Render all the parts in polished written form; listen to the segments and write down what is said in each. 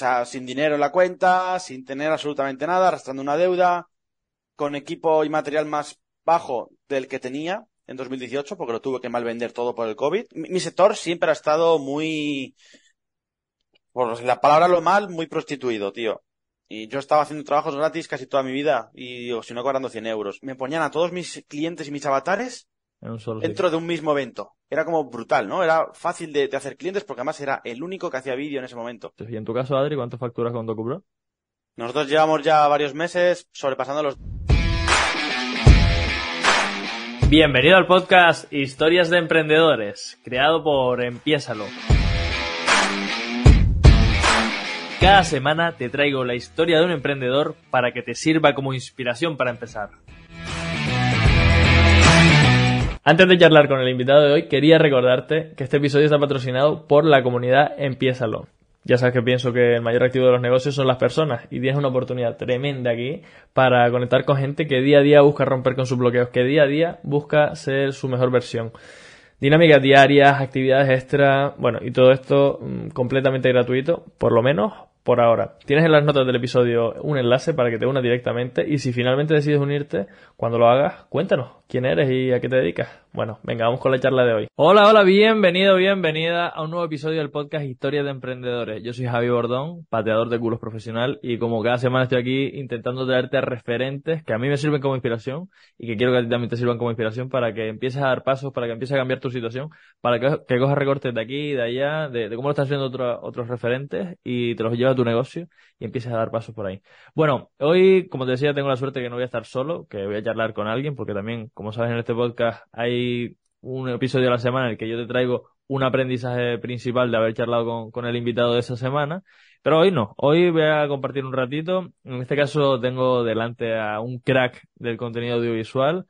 sea, sin dinero en la cuenta, sin tener absolutamente nada, arrastrando una deuda, con equipo y material más bajo del que tenía en 2018, porque lo tuve que mal vender todo por el COVID. Mi sector siempre ha estado muy, por la palabra lo mal, muy prostituido, tío. Y yo estaba haciendo trabajos gratis casi toda mi vida y, o si no, cobrando 100 euros. Me ponían a todos mis clientes y mis avatares En un solo sitio. dentro de un mismo evento. Era como brutal, ¿no? Era fácil de hacer clientes porque además era el único que hacía vídeo en ese momento. Y en tu caso, Adri, ¿cuánto facturas con DocuPro? Nosotros llevamos ya varios meses sobrepasando los... Bienvenido al podcast Historias de Emprendedores, creado por Empiézalo. Cada semana te traigo la historia de un emprendedor para que te sirva como inspiración para empezar. Antes de charlar con el invitado de hoy, quería recordarte que este episodio está patrocinado por la comunidad Empiézalo. Ya sabes que pienso que el mayor activo de los negocios son las personas y tienes una oportunidad tremenda aquí para conectar con gente que día a día busca romper con sus bloqueos, que día a día busca ser su mejor versión. Dinámicas diarias, actividades extra, bueno, y todo esto completamente gratuito, por lo menos por ahora. Tienes en las notas del episodio un enlace para que te unas directamente y si finalmente decides unirte, cuando lo hagas, cuéntanos quién eres y a qué te dedicas. Bueno, venga, vamos con la charla de hoy. Hola, bienvenido, bienvenida a un nuevo episodio del podcast Historias de Emprendedores. Yo soy Javi Bordón, pateador de culos profesional y como cada semana estoy aquí intentando traerte a referentes que a mí me sirven como inspiración y que quiero que a ti también te sirvan como inspiración para que empieces a dar pasos, para que empieces a cambiar tu situación, para que cojas recortes de aquí y de allá, de cómo lo están haciendo otros referentes y te los llevas a tu negocio y empieces a dar pasos por ahí. Bueno, hoy, como te decía, tengo la suerte que no voy a estar solo, que voy a charlar con alguien, porque también, como sabes, en este podcast hay un episodio a la semana en el que yo te traigo un aprendizaje principal de haber charlado con el invitado de esa semana. Pero hoy no, hoy voy a compartir un ratito. En este caso tengo delante a un crack del contenido audiovisual,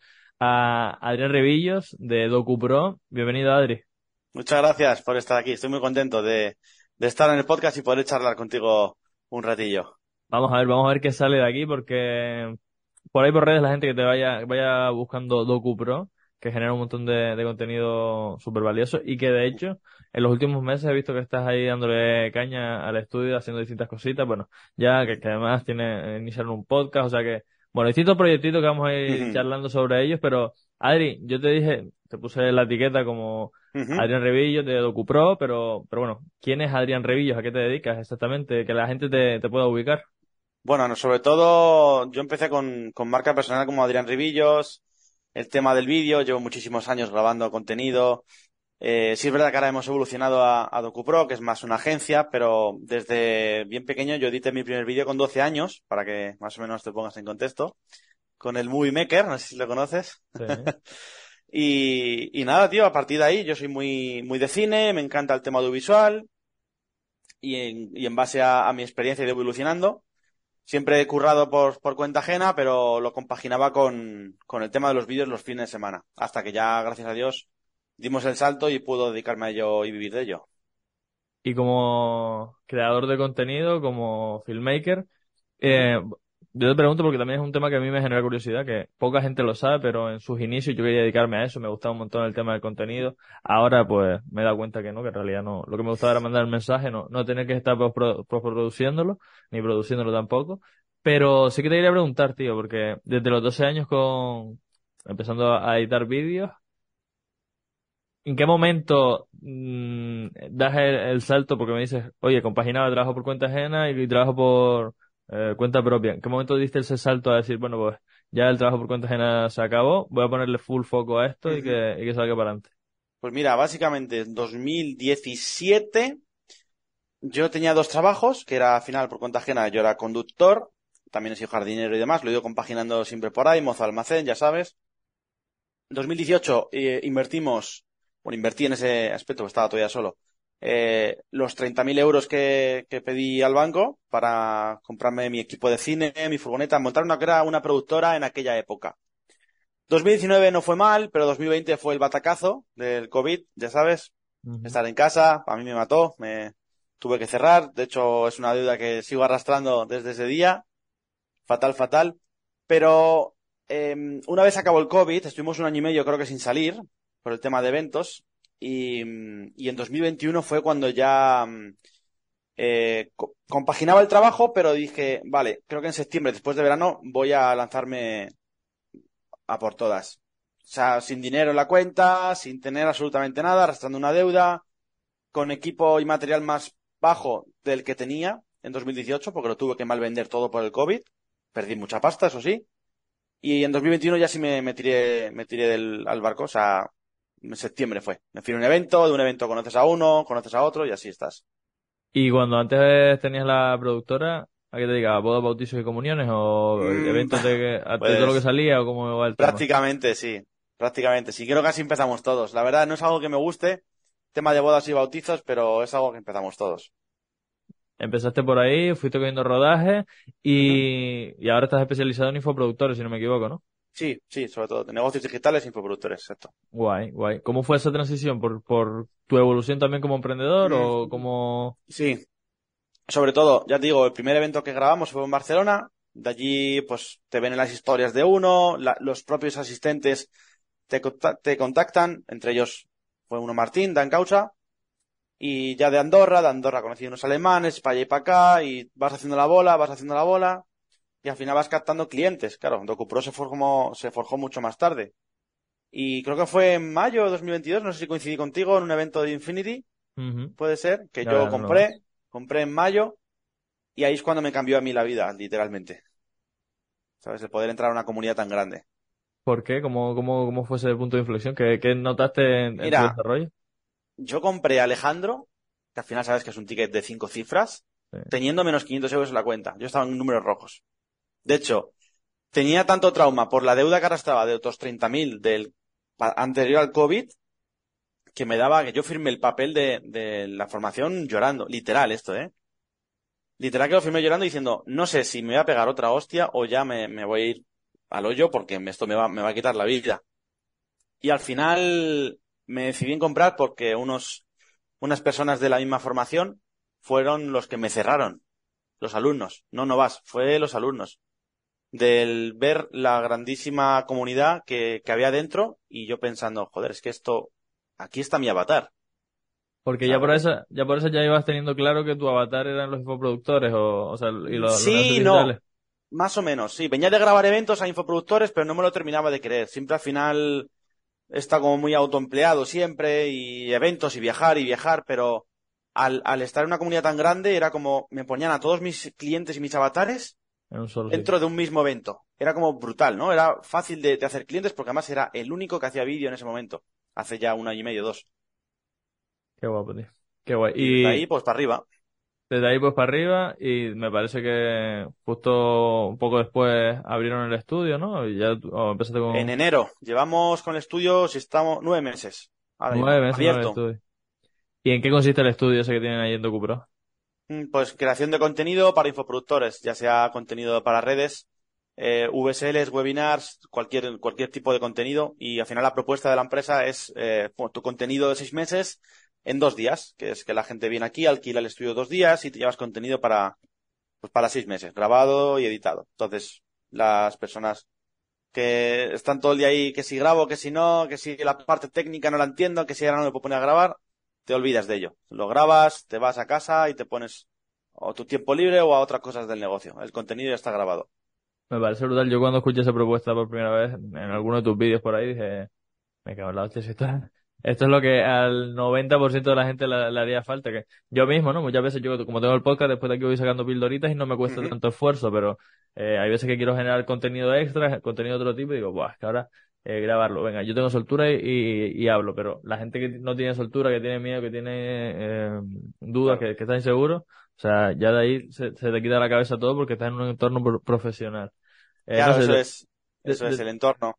a Adrián Revillos de DocuPro. Bienvenido, Adri. Muchas gracias por estar aquí. Estoy muy contento de estar en el podcast y poder charlar contigo un ratillo. Vamos a ver qué sale de aquí, porque por ahí por redes la gente que te vaya buscando DocuPro, que genera un montón de contenido súper valioso y que de hecho en los últimos meses he visto que estás ahí dándole caña al estudio, haciendo distintas cositas, bueno, ya que además tiene iniciaron un podcast, o sea que, bueno, distintos proyectitos que vamos a ir Ujú, charlando sobre ellos, pero Adri, yo te dije, te puse la etiqueta como ujú. Adrián Revillos de DocuPro, pero bueno, ¿quién es Adrián Revillos? ¿A qué te dedicas exactamente? Que la gente te pueda ubicar. Bueno, no, sobre todo yo empecé con marca personal como Adrián Ribillos, el tema del vídeo, llevo muchísimos años grabando contenido. Sí es verdad que ahora hemos evolucionado a DocuPro, que es más una agencia, pero desde bien pequeño yo edité mi primer vídeo con 12 años, para que más o menos te pongas en contexto, con el Movie Maker, no sé si lo conoces. Sí. Y nada, tío, a partir de ahí yo soy muy de cine, me encanta el tema audiovisual y en base a mi experiencia he ido evolucionando. Siempre he currado por cuenta ajena, pero lo compaginaba con el tema de los vídeos los fines de semana. Hasta que ya, gracias a Dios, dimos el salto y puedo dedicarme a ello y vivir de ello. Y como creador de contenido, como filmmaker, Ujú, yo te pregunto porque también es un tema que a mí me genera curiosidad, que poca gente lo sabe, pero en sus inicios yo quería dedicarme a eso, me gustaba un montón el tema del contenido. Ahora pues me he dado cuenta que no, que en realidad no. Lo que me gustaba era mandar el mensaje, no tener que estar postproduciéndolo, ni produciéndolo tampoco. Pero sí que te quería preguntar, tío, porque desde los 12 años empezando a editar vídeos, ¿en qué momento das el salto? Porque me dices, oye, compaginaba trabajo por cuenta ajena y trabajo por cuenta propia. ¿En qué momento diste ese salto a decir, bueno, pues ya el trabajo por cuenta ajena se acabó, voy a ponerle full foco a esto y ujú. que salga para adelante? Pues mira, básicamente en 2017 yo tenía dos trabajos, que era al final por cuenta ajena, yo era conductor, también he sido jardinero y demás, lo he ido compaginando siempre por ahí, mozo de almacén, ya sabes. En 2018 invertí en ese aspecto, que estaba todavía solo, los 30.000 euros que pedí al banco para comprarme mi equipo de cine, mi furgoneta, montar una que era una productora en aquella época. 2019 no fue mal, pero 2020 fue el batacazo del COVID, ya sabes. Ujú. Estar en casa, a mí me mató, me tuve que cerrar. De hecho, es una deuda que sigo arrastrando desde ese día. Fatal, fatal. Pero una vez acabó el COVID, estuvimos un año y medio creo que sin salir por el tema de eventos. Y en 2021 fue cuando ya compaginaba el trabajo, pero dije, vale, creo que en septiembre, después de verano, voy a lanzarme a por todas. O sea, sin dinero en la cuenta, sin tener absolutamente nada, arrastrando una deuda, con equipo y material más bajo del que tenía en 2018, porque lo tuve que mal vender todo por el COVID. Perdí mucha pasta, eso sí. Y en 2021 ya sí me tiré al barco. O sea, en septiembre fue. Me fui a un evento, de un evento conoces a uno, conoces a otro y así estás. Y cuando antes tenías la productora, ¿a qué te dedicabas? ¿Bodas, bautizos y comuniones? ¿O Mm, eventos de todo lo que pues salía? ¿O cómo va el tema? prácticamente sí. Prácticamente sí. Creo que así empezamos todos. La verdad no es algo que me guste, tema de bodas y bautizos, pero es algo que empezamos todos. Empezaste por ahí, fuiste cogiendo rodaje Ujú. y ahora estás especializado en infoproductores, si no me equivoco, ¿no? Sí, sí, sobre todo de negocios digitales e infoproductores, exacto. Guay, guay. ¿Cómo fue esa transición? ¿Por tu evolución también como emprendedor o Mm, como... sí, sobre todo, ya te digo, el primer evento que grabamos fue en Barcelona. De allí, pues, te ven en las historias de uno, los propios asistentes te contactan, entre ellos fue uno Martín, Dan Causa, y ya de Andorra conocí unos alemanes, para allá y para acá, y vas haciendo la bola, y al final vas captando clientes. Claro, DocuPro se forjó mucho más tarde. Y creo que fue en mayo de 2022, no sé si coincidí contigo, en un evento de Infinity, Ujú. puede ser, que Ya, yo ya, no, no. compré en mayo. Y ahí es cuando me cambió a mí la vida, literalmente. ¿Sabes? El poder entrar a una comunidad tan grande. ¿Por qué? ¿Cómo fue ese punto de inflexión? ¿Qué notaste en tu Mira, desarrollo? yo compré a Alejandro, que al final sabes que es un ticket de 5 cifras, Sí. teniendo menos 500 euros en la cuenta. Yo estaba en números rojos. De hecho, tenía tanto trauma por la deuda que arrastraba de otros 30.000 del anterior al COVID, que me daba que yo firmé el papel de la formación llorando. Literal esto, ¿eh? Literal que lo firmé llorando diciendo, no sé si me voy a pegar otra hostia o ya me voy a ir al hoyo porque esto me va a quitar la vida. Y al final me decidí en comprar porque unas personas de la misma formación fueron los que me cerraron, los alumnos. No, no vas, fue los alumnos. Del ver la grandísima comunidad que había dentro y yo pensando, joder, es que aquí está mi avatar. Porque ¿Sabes? Porque ya por eso ya ibas teniendo claro que tu avatar eran los infoproductores o sea, y los negocios sí, no, digitales. más o menos, sí. Venía de grabar eventos a infoproductores, pero no me lo terminaba de creer. Siempre al final está como muy autoempleado siempre y eventos y viajar, pero al estar en una comunidad tan grande era como me ponían a todos mis clientes y mis avatares En un solo sitio. dentro de un mismo evento. Era como brutal, ¿no? Era fácil de hacer clientes porque además era el único que hacía vídeo en ese momento, hace ya un año y medio, dos. Qué guapo, tío. Qué guay. Y desde Y ahí, pues para arriba. desde ahí pues para arriba y me parece que justo un poco después abrieron el estudio, ¿no? Y ya empezaste En con enero, llevamos con el estudio, si estamos 9 meses, ahora mismo, 9 meses con el abierto. estudio. ¿Y en qué consiste el estudio ese que tienen ahí en DocuPro? Pues creación de contenido para infoproductores, ya sea contenido para redes, VSLs, webinars, cualquier tipo de contenido. Y al final la propuesta de la empresa es tu contenido de 6 meses en 2 días, que es que la gente viene aquí, alquila el estudio 2 días y te llevas contenido pues para 6 meses, grabado y editado. Entonces, las personas que están todo el día ahí, que si grabo, que si no, que si la parte técnica no la entiendo, que si ahora no me puedo poner a grabar, te olvidas de ello. Lo grabas, te vas a casa y te pones o tu tiempo libre o a otras cosas del negocio. El contenido ya está grabado. Me parece brutal. Yo cuando escuché esa propuesta por primera vez en alguno de tus vídeos por ahí dije, me cago en la hostia, si esto es lo que al 90% de la gente le haría falta. Que yo mismo, ¿no? Muchas veces yo, como tengo el podcast, después de aquí voy sacando pildoritas y no me cuesta Ujú. tanto esfuerzo, pero hay veces que quiero generar contenido extra, contenido de otro tipo, y digo, buah, es que ahora grabarlo. Venga, yo tengo soltura y hablo, pero la gente que no tiene soltura, que tiene miedo, que tiene dudas, Claro. que está inseguro, o sea, ya de ahí se te quita la cabeza todo porque estás en un entorno profesional. No Claro, sé, de- eso es de- el entorno.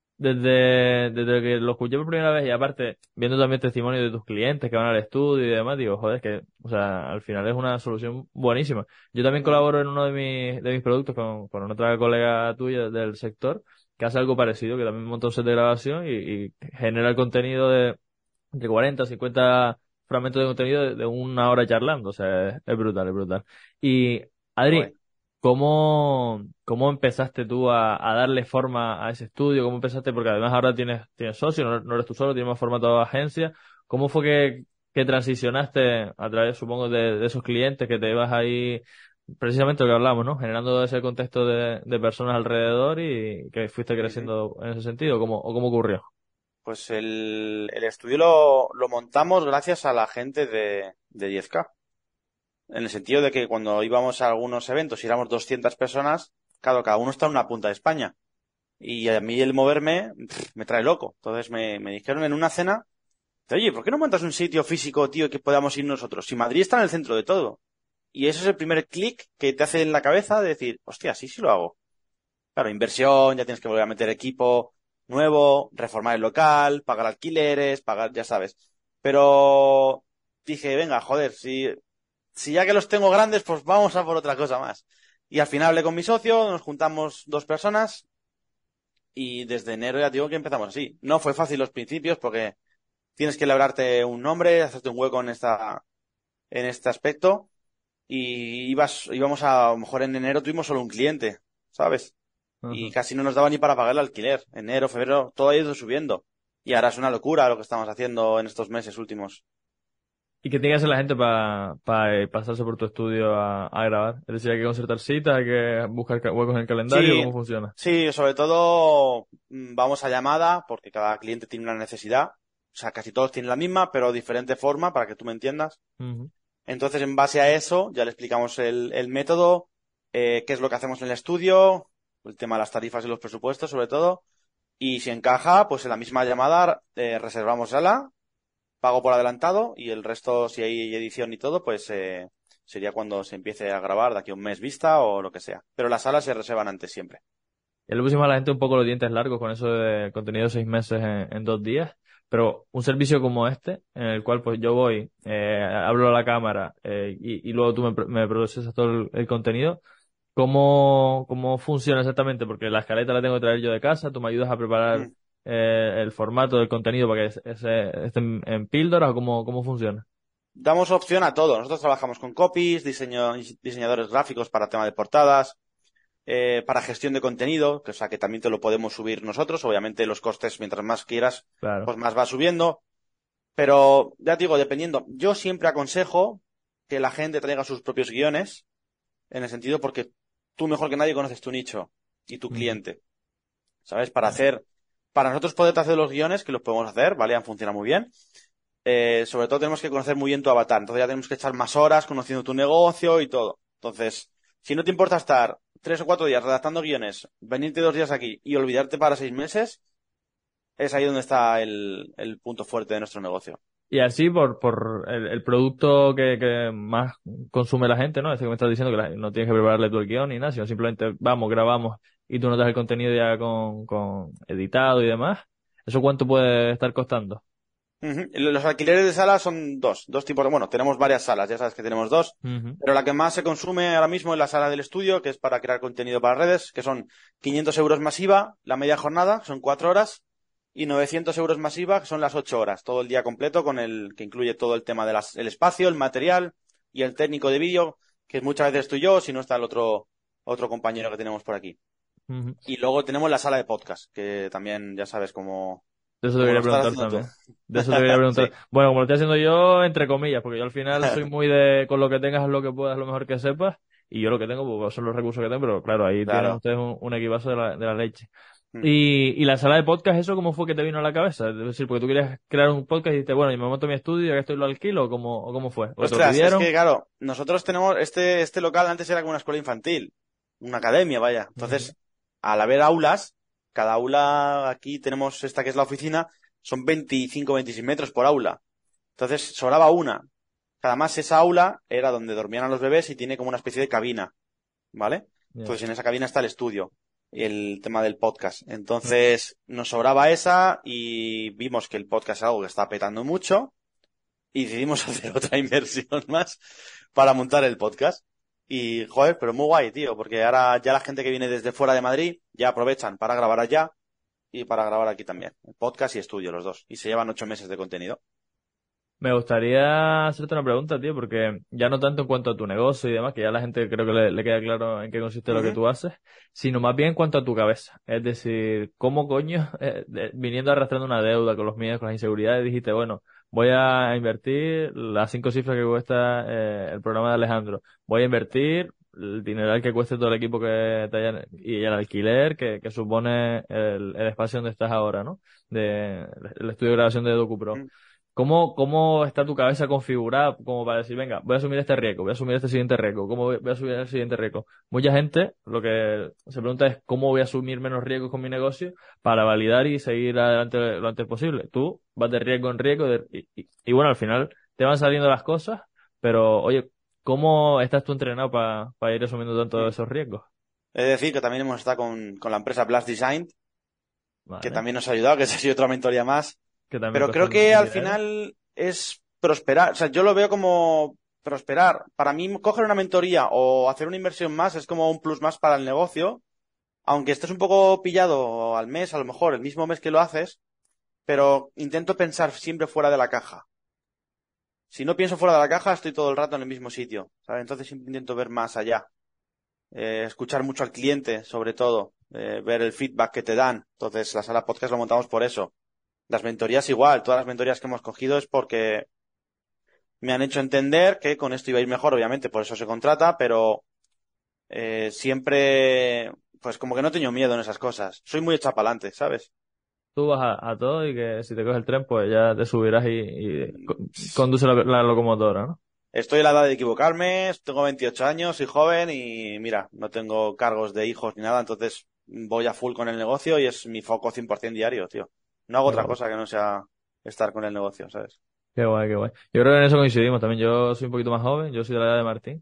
desde que lo escuché por primera vez y aparte viendo también testimonios de tus clientes que van al estudio y demás, digo, joder, es que, o sea, al final es una solución buenísima. Yo también Ujú. colaboro en uno de mis productos con otra colega tuya del sector que hace algo parecido, que también monta un set de grabación y genera el contenido de 40 50 fragmentos de contenido de 1 hora charlando, o sea, es brutal, es brutal. Y Qué guay. Adri, ¿cómo empezaste tú a darle forma a ese estudio? ¿Cómo empezaste? Porque además ahora tienes socio, no eres tú solo, tienes más formato de agencia. ¿Cómo fue que transicionaste a través, supongo, de esos clientes que te ibas ahí, precisamente lo que hablamos, ¿no? Generando ese contexto de personas alrededor y que fuiste Ujú. creciendo en ese sentido, o cómo ocurrió? Pues el estudio lo montamos gracias a la gente de 10K. En el sentido de que cuando íbamos a algunos eventos y éramos 200 personas, claro, cada uno está en una punta de España. Y a mí el moverme me trae loco. Entonces me dijeron en una cena, oye, ¿por qué no montas un sitio físico, tío, que podamos ir nosotros? Si Madrid está en el centro de todo. Y eso es el primer clic que te hace en la cabeza de decir, hostia, sí lo hago. Claro, inversión, ya tienes que volver a meter equipo nuevo, reformar el local, pagar alquileres, pagar, ya sabes. Pero dije, venga, joder, si ya que los tengo grandes, pues vamos a por otra cosa más. Y al final hablé con mi socio, nos juntamos 2 personas y desde enero ya digo que empezamos así. No fue fácil los principios porque tienes que labrarte un nombre, hacerte un hueco en este aspecto y íbamos a lo mejor en enero tuvimos solo un cliente, ¿sabes? Y Ujú. casi no nos daba ni para pagar el alquiler. Enero, febrero, todo ha ido subiendo. Y ahora es una locura lo que estamos haciendo en estos meses últimos. ¿Y qué tiene que hacer la gente para pasarse por tu estudio a grabar? Es decir, hay que concertar citas, hay que buscar huecos en el calendario, Sí, ¿cómo funciona? sí, sobre todo vamos a llamada porque cada cliente tiene una necesidad. O sea, casi todos tienen la misma, pero diferente forma para que tú me entiendas. Ujú. Entonces, en base a eso, ya le explicamos el método, qué es lo que hacemos en el estudio, el tema de las tarifas y los presupuestos, sobre todo. Y si encaja, pues en la misma llamada reservamos sala, pago por adelantado y el resto, si hay edición y todo, pues sería cuando se empiece a grabar, de aquí a un mes vista o lo que sea. Pero las salas se reservan antes siempre. Ya le pusimos a la gente un poco los dientes largos con eso de contenido de 6 meses en 2 días, pero un servicio como este, en el cual pues yo voy, hablo a la cámara y luego tú me procesas todo el contenido, ¿cómo funciona exactamente? Porque la escaleta la tengo que traer yo de casa, tú me ayudas a preparar Mm. el formato del contenido para que esté en píldoras o cómo funciona. Damos opción a todo. Nosotros trabajamos con copies, diseñadores gráficos para tema de portadas, para gestión de contenido, que o sea que también te lo podemos subir nosotros. Obviamente los costes, mientras más quieras, Claro. pues más va subiendo. Pero ya te digo, dependiendo. Yo siempre aconsejo que la gente traiga sus propios guiones, en el sentido porque tú mejor que nadie conoces tu nicho y tu Ujú. cliente, ¿sabes? Para nosotros poder hacer los guiones, que los podemos hacer, ¿vale? Han funcionado muy bien. Sobre todo tenemos que conocer muy bien tu avatar. Entonces ya tenemos que echar más horas conociendo tu negocio y todo. Entonces, si no te importa estar 3 o 4 días redactando guiones, venirte 2 días aquí y olvidarte para 6 meses, es ahí donde está el punto fuerte de nuestro negocio. Y así por el producto que más consume la gente, ¿no? Ese que me estás diciendo que no tienes que prepararle tú el guión ni nada, sino simplemente vamos, grabamos y tú nos das el contenido ya con editado y demás. ¿Eso cuánto puede estar costando? Ujú. Los alquileres de salas son dos tipos de, bueno, tenemos varias salas, ya sabes que tenemos dos, Ujú. pero la que más se consume ahora mismo es la sala del estudio, que es para crear contenido para redes, que son 500 euros más IVA, la media jornada, son 4 horas, y 900 euros más IVA, que son las 8 horas, todo el día completo, que incluye todo el tema el espacio, el material y el técnico de vídeo, que muchas veces estoy yo, si no está el otro compañero que tenemos por aquí. Ujú. Y luego tenemos la sala de podcast, que también ya sabes De eso te cómo quería lo estás preguntar haciendo tú. también. De eso te quería preguntar. Sí. Bueno, como lo estoy haciendo yo, entre comillas, porque yo al final soy muy de con lo que tengas, haz lo que puedas, lo mejor que sepas. Y yo lo que tengo, pues son los recursos que tengo, pero claro, ahí tienen Claro. ustedes un equipazo de la leche. Y la sala de podcast, ¿eso cómo fue que te vino a la cabeza? Es decir, porque tú querías crear un podcast y dijiste, bueno, yo me monto mi estudio, ya que estoy lo alquilo, ¿o cómo fue? ¿O te lo Ostras, es pidieron? que claro, nosotros tenemos este local antes era como una escuela infantil, una academia, vaya. Ujú. Entonces, al haber aulas, cada aula aquí tenemos esta que es la oficina, son 25, 26 metros por aula. Entonces, sobraba una. Además, esa aula era donde dormían a los bebés y tiene como una especie de cabina, ¿vale? Ya. Entonces, en esa cabina está el estudio, el tema del podcast. Entonces, nos sobraba esa y vimos que el podcast es algo que está petando mucho y decidimos hacer otra inversión más para montar el podcast. Y, joder, pero muy guay, tío, porque ahora ya la gente que viene desde fuera de Madrid ya aprovechan para grabar allá y para grabar aquí también. Podcast y estudio, los dos. Y se llevan 8 meses de contenido. Me gustaría hacerte una pregunta, tío, porque ya no tanto en cuanto a tu negocio y demás, que ya la gente creo que le queda claro en qué consiste lo que Ujú. tú haces, sino más bien en cuanto a tu cabeza. Es decir, ¿cómo coño, viniendo arrastrando una deuda con los miedos, con las inseguridades, dijiste, bueno, voy a invertir las 5 cifras que cuesta el programa de Alejandro, voy a invertir el dineral que cueste todo el equipo y el alquiler que supone el espacio donde estás ahora, ¿no? El estudio de grabación de DocuPro. Mm. ¿Cómo está tu cabeza configurada como para decir, venga, voy a asumir este riesgo, voy a asumir este siguiente riesgo, cómo voy a asumir el siguiente riesgo? Mucha gente lo que se pregunta es cómo voy a asumir menos riesgos con mi negocio para validar y seguir adelante lo antes posible. Tú vas de riesgo en riesgo y bueno, al final te van saliendo las cosas, pero oye, ¿cómo estás tú entrenado para ir asumiendo tantos Mm. esos riesgos? Es decir, que también hemos estado con la empresa Blast Design, que Vale, también nos ha ayudado, que esa ha sido otra mentoría más. que también Pero cuesta creo que un al dinero. final es prosperar. O sea, yo lo veo como prosperar. Para mí, coger una mentoría o hacer una inversión más es como un plus más para el negocio. Aunque estés un poco pillado al mes, a lo mejor el mismo mes que lo haces, pero intento pensar siempre fuera de la caja. Si no pienso fuera de la caja, estoy todo el rato en el mismo sitio, ¿sabes? Entonces siempre intento ver más allá. Escuchar mucho al cliente, sobre todo, ver el feedback que te dan. Entonces, la sala podcast lo montamos por eso. Las mentorías igual, todas las mentorías que hemos cogido es porque me han hecho entender que con esto iba a ir mejor, obviamente, por eso se contrata, pero siempre, pues como que no tengo miedo en esas cosas. Soy muy echapalante, ¿sabes? Tú vas a todo y que si te coges el tren, pues ya te subirás y conduce la locomotora, ¿no? Estoy en la edad de equivocarme, tengo 28 años, soy joven y mira, no tengo cargos de hijos ni nada, entonces voy a full con el negocio y es mi foco 100% diario, tío. No hago Qué otra guay, cosa que no sea estar con el negocio, ¿sabes? qué guay, qué guay. Yo creo que en eso coincidimos también. Yo soy un poquito más joven, yo soy de la edad de Martín.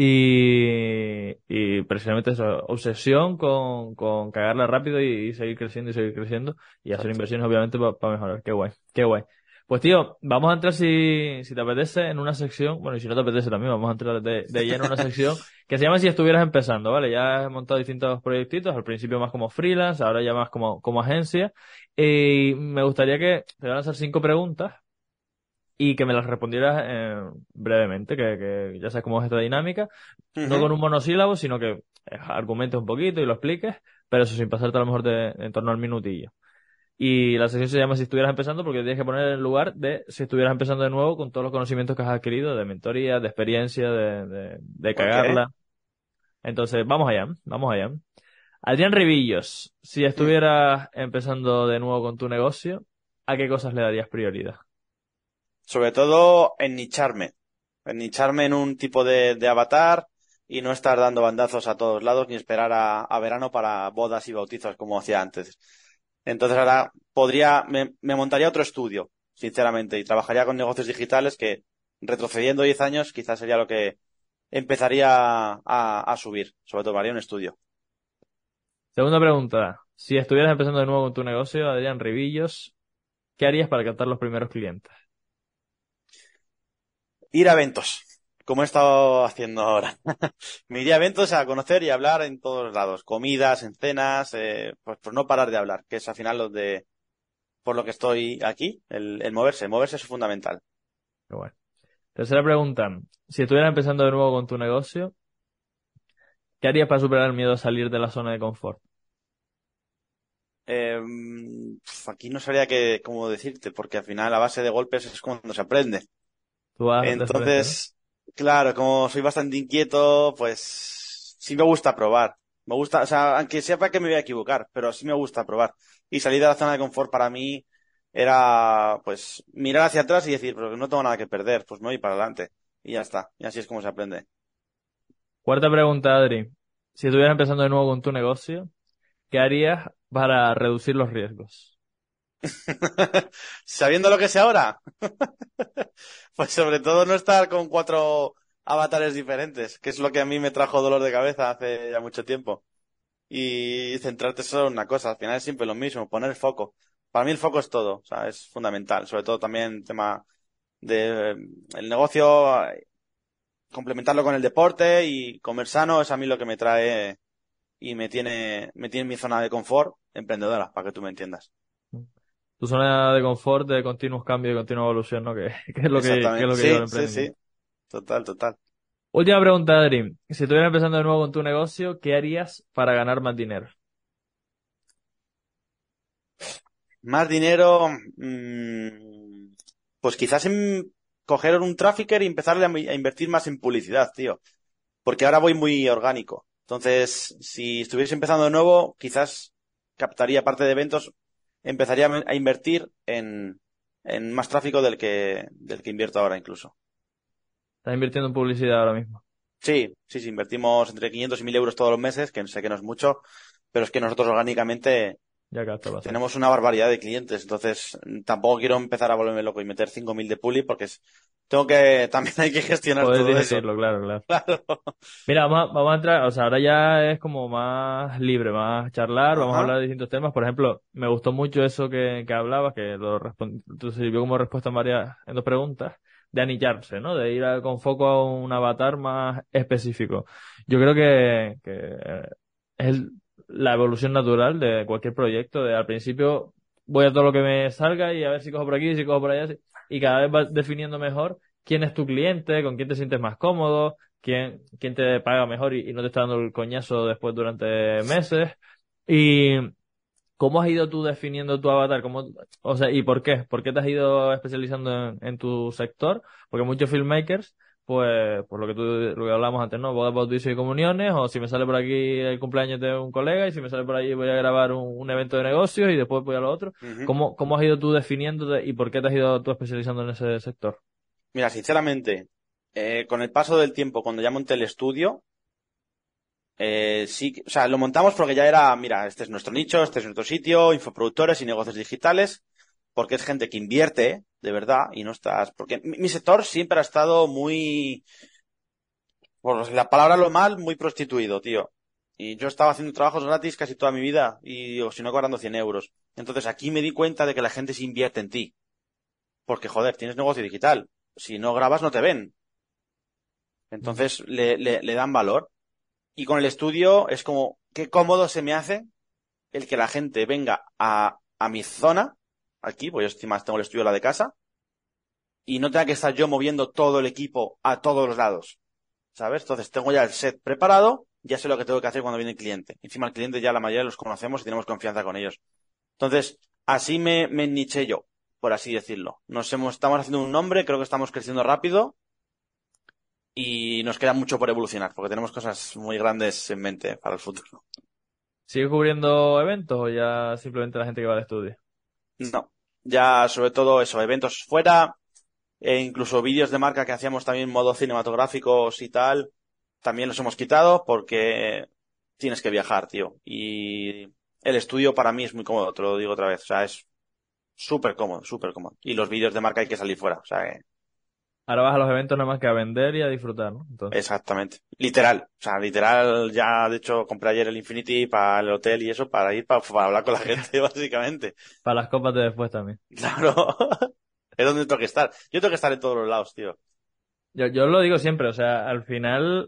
Y precisamente eso, obsesión con cagarla rápido y seguir creciendo y seguir creciendo y hacer Exacto. inversiones obviamente para mejorar. Qué guay, qué guay. Pues tío, vamos a entrar si te apetece en una sección, bueno, y si no te apetece también, vamos a entrar de lleno en una sección que se llama Si estuvieras empezando, ¿vale? Ya he montado distintos proyectitos, al principio más como freelance, ahora ya más como agencia. Y me gustaría que te voy a lanzar 5 preguntas y que me las respondieras brevemente, que ya sabes cómo es esta dinámica, no Ujú. con un monosílabo, sino que argumentes un poquito y lo expliques, pero eso sin pasarte a lo mejor de en torno al minutillo. Y la sección se llama Si estuvieras empezando porque tienes que poner en lugar de si estuvieras empezando de nuevo con todos los conocimientos que has adquirido de mentoría, de experiencia, de Ok. cagarla. Entonces, vamos allá, vamos allá. Adrián Ribillos, si Mm. estuvieras empezando de nuevo con tu negocio, ¿a qué cosas le darías prioridad? Sobre todo en nicharme en un tipo de avatar y no estar dando bandazos a todos lados ni esperar a verano para bodas y bautizos como hacía antes. Entonces ahora me montaría otro estudio, sinceramente, y trabajaría con negocios digitales que retrocediendo 10 años quizás sería lo que empezaría a subir. Sobre todo, me haría un estudio. Segunda pregunta. Si estuvieras empezando de nuevo con tu negocio, Adrián Ribillos, ¿qué harías para captar los primeros clientes? Ir a eventos, como he estado haciendo ahora. Me iría a eventos a conocer y hablar en todos lados. Comidas, en cenas, pues por no parar de hablar, que es al final por lo que estoy aquí, el moverse. Moverse es fundamental. Pero bueno. Tercera pregunta. Si estuvieras empezando de nuevo con tu negocio, ¿qué harías para superar el miedo a salir de la zona de confort? Aquí no sabría cómo decirte, porque al final a base de golpes es cuando se aprende. Tú vas de frente, ¿no? Entonces, claro, como soy bastante inquieto, pues sí me gusta probar. Me gusta, o sea, aunque sepa que me voy a equivocar, pero sí me gusta probar. Y salir de la zona de confort para mí era, pues, mirar hacia atrás y decir, pero que no tengo nada que perder, pues me voy para adelante. Y ya está. Y así es como se aprende. Cuarta pregunta, Adri. Si estuvieras empezando de nuevo con tu negocio, ¿qué harías para reducir los riesgos? Sabiendo lo que sé ahora, pues sobre todo no estar con 4 avatares diferentes, que es lo que a mí me trajo dolor de cabeza hace ya mucho tiempo. Y centrarte solo en una cosa. Al final es siempre lo mismo, poner el foco. Para mí el foco es todo, o sea, es fundamental. Sobre todo también el tema de el negocio, complementarlo con el deporte y comer sano es a mí lo que me trae y me tiene en mi zona de confort emprendedora, para que tú me entiendas. Tu zona de confort, de continuos cambios y continua evolución, ¿no? Que es que es Exactamente. lo que lleva el Sí, sí, emprendimiento. sí. Total, total. Última pregunta, Adri. Si estuvieras empezando de nuevo con tu negocio, ¿qué harías para ganar más dinero? Más dinero, Pues quizás en coger un trafficker y empezar a invertir más en publicidad, tío. Porque ahora voy muy orgánico. Entonces, si estuviese empezando de nuevo, quizás captaría parte de eventos, empezaría a invertir en más tráfico del que invierto ahora incluso. Estás invirtiendo en publicidad ahora mismo. Sí, sí, sí, invertimos entre 500 y 1.000 euros todos los meses, que sé que no es mucho, pero es que nosotros orgánicamente Ya capta bastante. tenemos una barbaridad de clientes, entonces tampoco quiero empezar a volverme loco y meter 5.000 de publi porque también hay que gestionar Poder todo eso. digerirlo, claro, claro. Claro. Mira, vamos a entrar, o sea, ahora ya es como más libre, más charlar, vamos a Ajá. hablar de distintos temas. Por ejemplo, me gustó mucho eso que hablabas, que tú sirvió como respuesta en dos preguntas, de anillarse, ¿no? De ir con foco a un avatar más específico. Yo creo que es la evolución natural de cualquier proyecto, de al principio voy a todo lo que me salga y a ver si cojo por aquí, si cojo por allá, y cada vez vas definiendo mejor quién es tu cliente, con quién te sientes más cómodo, quién te paga mejor y no te está dando el coñazo después durante meses. Y cómo has ido tú definiendo tu avatar, o sea, ¿y por qué? ¿Por qué te has ido especializando en tu sector? Porque muchos filmmakers, pues, por lo que hablamos antes, ¿no? Bodas, bautizos y comuniones, o si me sale por aquí el cumpleaños de un colega, y si me sale por ahí voy a grabar un evento de negocios y después voy a lo otro. Ujú. ¿Cómo has ido tú definiéndote y por qué te has ido tú especializando en ese sector? Mira, sinceramente, con el paso del tiempo, cuando ya monté el estudio, sí, o sea, lo montamos porque ya era, mira, este es nuestro nicho, este es nuestro sitio, infoproductores y negocios digitales, porque es gente que invierte, de verdad, y no estás, porque mi sector siempre ha estado muy, por la palabra lo mal, muy prostituido, tío. Y yo estaba haciendo trabajos gratis casi toda mi vida, o si no cobrando 100 euros. Entonces aquí me di cuenta de que la gente se invierte en ti, porque joder, tienes negocio digital. Si no grabas, no te ven. Ujú. Entonces le dan valor. Y con el estudio es como, qué cómodo se me hace el que la gente venga a mi zona, aquí, pues yo encima tengo el estudio de la de casa, y no tenga que estar yo moviendo todo el equipo a todos los lados, ¿sabes? Entonces tengo ya el set preparado, ya sé lo que tengo que hacer cuando viene el cliente. Encima el cliente ya la mayoría los conocemos y tenemos confianza con ellos. Entonces, así me niché yo, por así decirlo. Estamos haciendo un nombre, creo que estamos creciendo rápido y nos queda mucho por evolucionar, porque tenemos cosas muy grandes en mente para el futuro. ¿Sigues cubriendo eventos o ya simplemente la gente que va al estudio? No, ya sobre todo eso, eventos fuera, e incluso vídeos de marca que hacíamos también en modo cinematográficos y tal, también los hemos quitado porque tienes que viajar, tío. Y el estudio para mí es muy cómodo, te lo digo otra vez. O sea, es súper cómodo, súper cómodo. Y los vídeos de marca hay que salir fuera. O sea, Ahora vas a los eventos nada más que a vender y a disfrutar, ¿no? Entonces, exactamente. Literal. O sea, literal, ya de hecho compré ayer el Infinity para el hotel y eso, para ir para hablar con la gente, básicamente. para las copas de después también. Claro. Es donde tengo que estar. Yo tengo que estar en todos los lados, tío. Yo lo digo siempre, o sea, al final,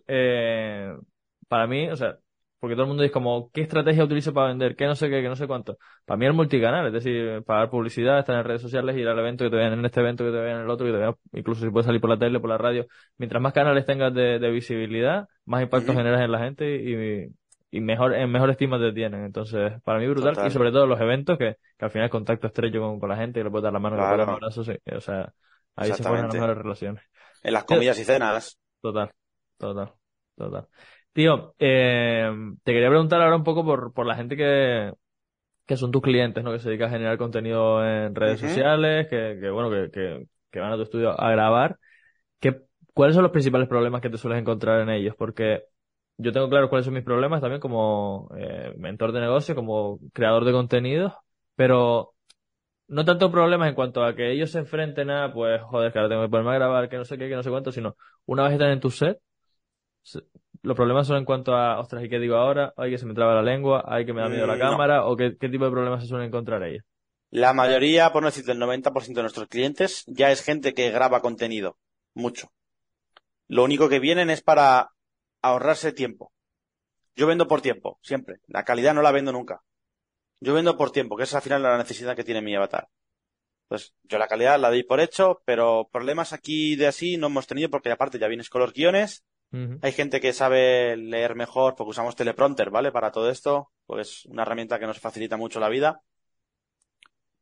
para mí, o sea, porque todo el mundo dice como, ¿qué estrategia utilizo para vender? ¿Qué no sé qué, qué no sé cuánto? Para mí el multicanal, es decir, pagar publicidad, estar en redes sociales, ir al evento, que te vean en este evento, que te vean en el otro, que te vean, incluso si puedes salir por la tele, por la radio. Mientras más canales tengas de visibilidad, más impacto Ujú. generas en la gente y mejor estima te tienen. Entonces, para mí brutal. Y Total. sobre todo los eventos, que al final es contacto estrecho con la gente, que le puedes dar la mano, que le puedes dar un Claro. abrazo, sí, o sea, ahí se forjan las Exactamente. mejores relaciones. En las comidas y cenas. Total, total, total. Tío, te quería preguntar ahora un poco por la gente que son tus clientes, ¿no? Que se dedica a generar contenido en redes Ujú. sociales, bueno, que van a tu estudio a grabar. ¿Qué, ¿Cuáles son los principales problemas que te sueles encontrar en ellos? Porque yo tengo claro cuáles son mis problemas también como mentor de negocio, como creador de contenidos, pero no tanto problemas en cuanto a que ellos se enfrenten a, pues, joder, que ahora tengo que ponerme a grabar, que no sé qué, que no sé cuánto, sino una vez están en tu set se- los problemas son en cuanto a, ostras, ¿y qué digo ahora? Ay, que se me traba la lengua, ay, que me da miedo la No. cámara, o qué tipo de problemas se suelen encontrar ellos. La mayoría, por no decirte el 90% de nuestros clientes, ya es gente que graba contenido. Mucho. Lo único que vienen es para ahorrarse tiempo. Yo vendo por tiempo, siempre. La calidad no la vendo nunca. Yo vendo por tiempo, que esa es al final la necesidad que tiene mi avatar. Pues yo la calidad la doy por hecho, pero problemas aquí de así no hemos tenido porque aparte ya vienes con los guiones. Ujú. Hay gente que sabe leer mejor porque usamos teleprompter, ¿vale? Para todo esto, pues una herramienta que nos facilita mucho la vida.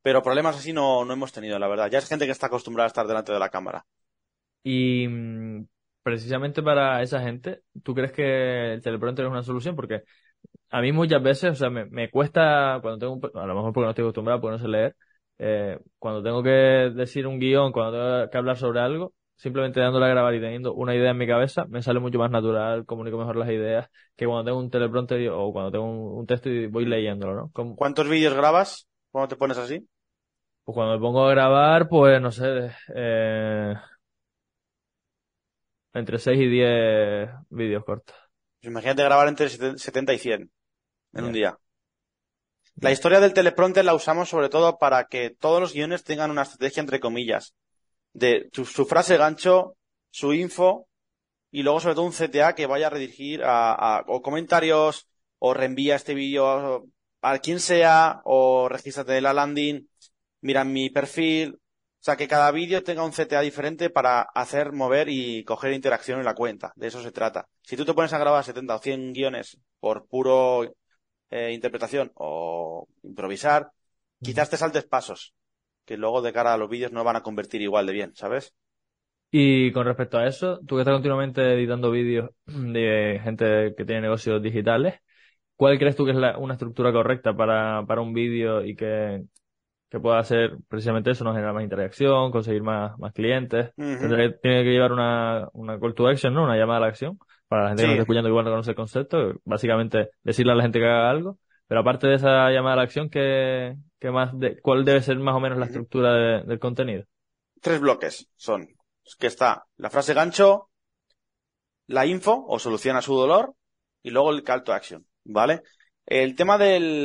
Pero problemas así no hemos tenido, la verdad. Ya es gente que está acostumbrada a estar delante de la cámara. Y precisamente para esa gente, ¿tú crees que el teleprompter es una solución? Porque a mí muchas veces, o sea, me cuesta, cuando tengo a lo mejor porque no estoy acostumbrado, porque no sé leer, cuando tengo que decir un guión, cuando tengo que hablar sobre algo, simplemente dándole a grabar y teniendo una idea en mi cabeza, me sale mucho más natural, comunico mejor las ideas, que cuando tengo un teleprompter o cuando tengo un texto y voy leyéndolo, ¿no? ¿Cuántos vídeos grabas cuando te pones así? Pues cuando me pongo a grabar, pues no sé, entre 6 y 10 vídeos cortos. Pues imagínate grabar entre 70 y 100 en un Ya, día. La ya. historia del teleprompter la usamos sobre todo para que todos los guiones tengan una estrategia entre comillas de su frase gancho, su info y luego sobre todo un CTA que vaya a redirigir o comentarios o reenvía este vídeo a quien sea o regístrate de la landing, mira mi perfil. O sea, que cada vídeo tenga un CTA diferente para hacer mover y coger interacción en la cuenta. De eso se trata. Si tú te pones a grabar 70 o 100 guiones por puro interpretación o improvisar, Ujú. quizás te saltes pasos, que luego de cara a los vídeos no van a convertir igual de bien, ¿sabes? Y con respecto a eso, tú que estás continuamente editando vídeos de gente que tiene negocios digitales, ¿cuál crees tú que es una estructura correcta para un vídeo y que pueda hacer precisamente eso, no generar más interacción, conseguir más clientes? Ujú. Tiene que llevar una call to action, ¿no? Una llamada a la acción. Para la gente que nos Sí. está escuchando que igual no conoce el concepto, básicamente decirle a la gente que haga algo. Pero aparte de esa llamada a la acción, ¿cuál debe ser más o menos la Ujú. estructura del contenido? Tres bloques son, que está la frase gancho, la info o solución a su dolor y luego el call to action, ¿vale? El tema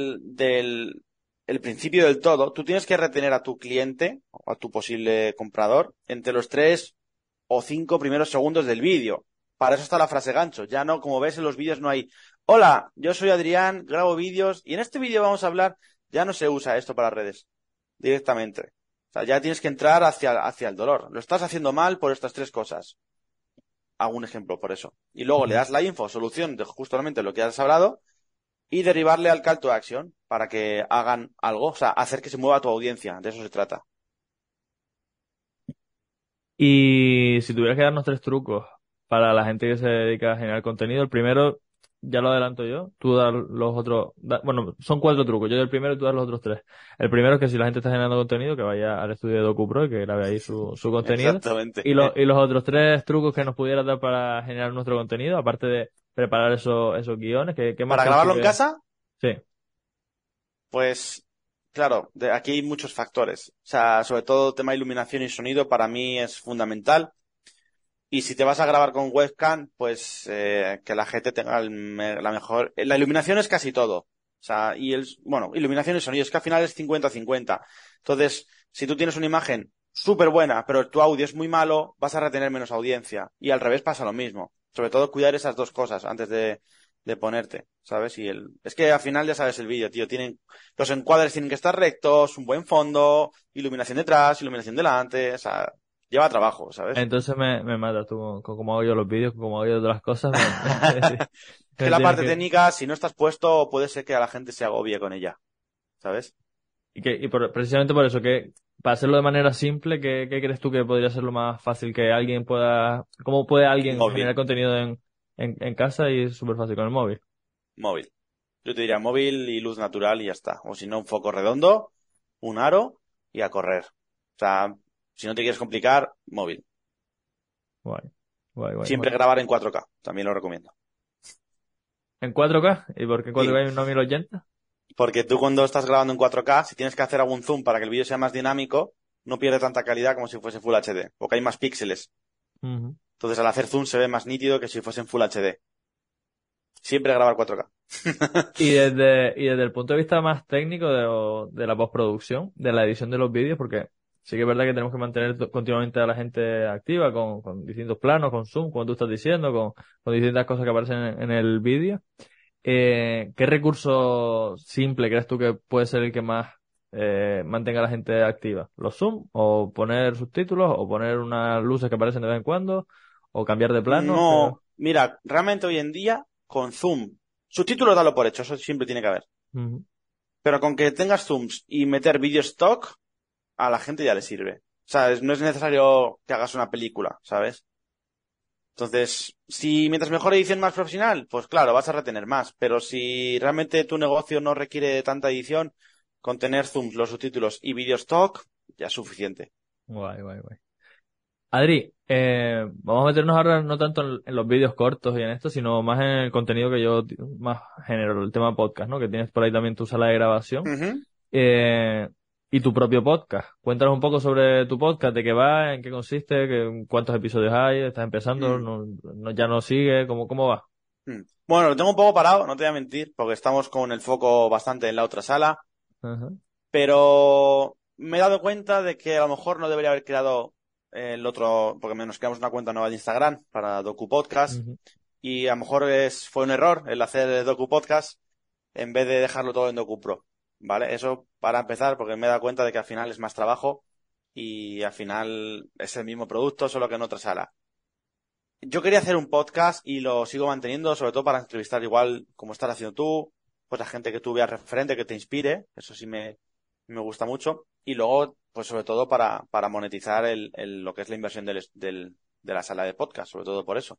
el principio del todo, tú tienes que retener a tu cliente o a tu posible comprador entre los 3 o 5 primeros segundos del vídeo. Para eso está la frase gancho. Ya no, como ves en los vídeos no hay, hola, yo soy Adrián, grabo vídeos y en este vídeo vamos a hablar, ya no se usa esto para redes directamente. O sea, ya tienes que entrar hacia el dolor. Lo estás haciendo mal por estas tres cosas. Hago un ejemplo por eso. Y luego le Ujú. das la info, solución de justamente lo que has hablado y derivarle al call to action para que hagan algo. O sea, hacer que se mueva tu audiencia. De eso se trata. Y si tuvieras que darnos tres trucos para la gente que se dedica a generar contenido, el primero, ya lo adelanto yo, tú das los otros, bueno, son cuatro trucos, yo doy el primero y tú das los otros tres. El primero es que si la gente está generando contenido, que vaya al estudio de DocuPro y que grabe ahí su contenido. Exactamente. Y los otros tres trucos que nos pudieras dar para generar nuestro contenido, aparte de preparar esos guiones, ¿qué más Para crees tú grabarlo en que...? casa, Sí. pues claro, aquí hay muchos factores. O sea, sobre todo el tema de iluminación y sonido para mí es fundamental. Y si te vas a grabar con webcam, pues que la gente tenga la mejor... La iluminación es casi todo. O sea, bueno, iluminación y sonido, es que al final es 50-50. Entonces, si tú tienes una imagen súper buena, pero tu audio es muy malo, vas a retener menos audiencia. Y al revés pasa lo mismo. Sobre todo cuidar esas dos cosas antes de ponerte, ¿sabes? Es que al final ya sabes el vídeo, tío. Los encuadres tienen que estar rectos, un buen fondo, iluminación detrás, iluminación delante, o sea, lleva trabajo, ¿sabes? Entonces me matas tú con cómo hago yo los vídeos, con cómo hago yo otras cosas, Es que me la tienes parte que... técnica, si no estás puesto, puede ser que a la gente se agobie con ella, ¿sabes? Precisamente por eso, que para hacerlo de manera simple, ¿qué crees tú que podría ser lo más fácil que alguien pueda, cómo puede alguien Móvil, generar contenido en casa y es súper fácil con el móvil? móvil. Yo te diría móvil y luz natural y ya está. O si no, un foco redondo, un aro y a correr. O sea, si no te quieres complicar, móvil. Guay, guay, guay, Siempre guay. grabar en 4K, también lo recomiendo. ¿En 4K? ¿Y por qué en 4K Sí, y no 1080? porque tú cuando estás grabando en 4K, si tienes que hacer algún zoom para que el vídeo sea más dinámico, no pierde tanta calidad como si fuese Full HD, porque hay más píxeles. Ujú. Entonces al hacer zoom se ve más nítido que si fuese en Full HD. Siempre grabar 4K. Y desde el punto de vista más técnico de la postproducción, de la edición de los vídeos, porque sí que es verdad que tenemos que mantener continuamente a la gente activa con distintos planos, con zoom, como tú estás diciendo, con distintas cosas que aparecen en el vídeo. ¿Qué recurso simple crees tú que puede ser el que más mantenga a la gente activa? ¿Los zoom? ¿O poner subtítulos? ¿O poner unas luces que aparecen de vez en cuando? ¿O cambiar de plano? No, mira, realmente hoy en día, con Zoom, subtítulos dalo por hecho, eso siempre tiene que haber. Ujú. Pero con que tengas Zooms y meter video stock, a la gente ya le sirve. O sea, no es necesario que hagas una película, ¿sabes? Entonces, si mientras mejor edición más profesional, pues claro, vas a retener más. Pero si realmente tu negocio no requiere de tanta edición, con tener Zooms, los subtítulos y video stock, ya es suficiente. Guay, guay, guay. Adri, vamos a meternos ahora no tanto en los vídeos cortos y en esto, sino más en el contenido que yo más genero, el tema podcast, ¿no? Que tienes por ahí también tu sala de grabación. Ujú. Eh, y tu propio podcast. Cuéntanos un poco sobre tu podcast, de qué va, en qué consiste, cuántos episodios hay, estás empezando, Mm, ya no sigue, cómo va. Bueno, lo tengo un poco parado, no te voy a mentir, porque estamos con el foco bastante en la otra sala, Ajá. pero me he dado cuenta de que a lo mejor no debería haber creado el otro, porque nos creamos una cuenta nueva de Instagram para Docu Podcast, Ujú. y a lo mejor fue un error el hacer el Docu Podcast en vez de dejarlo todo en Docu Pro, ¿vale? Eso para empezar, porque me he dado cuenta de que al final es más trabajo y al final es el mismo producto, solo que en otra sala. Yo quería hacer un podcast y lo sigo manteniendo, sobre todo para entrevistar igual como estás haciendo tú, pues la gente que tú veas referente, que te inspire, eso sí me gusta mucho. Y luego, pues sobre todo para monetizar lo que es la inversión de la sala de podcast, sobre todo por eso.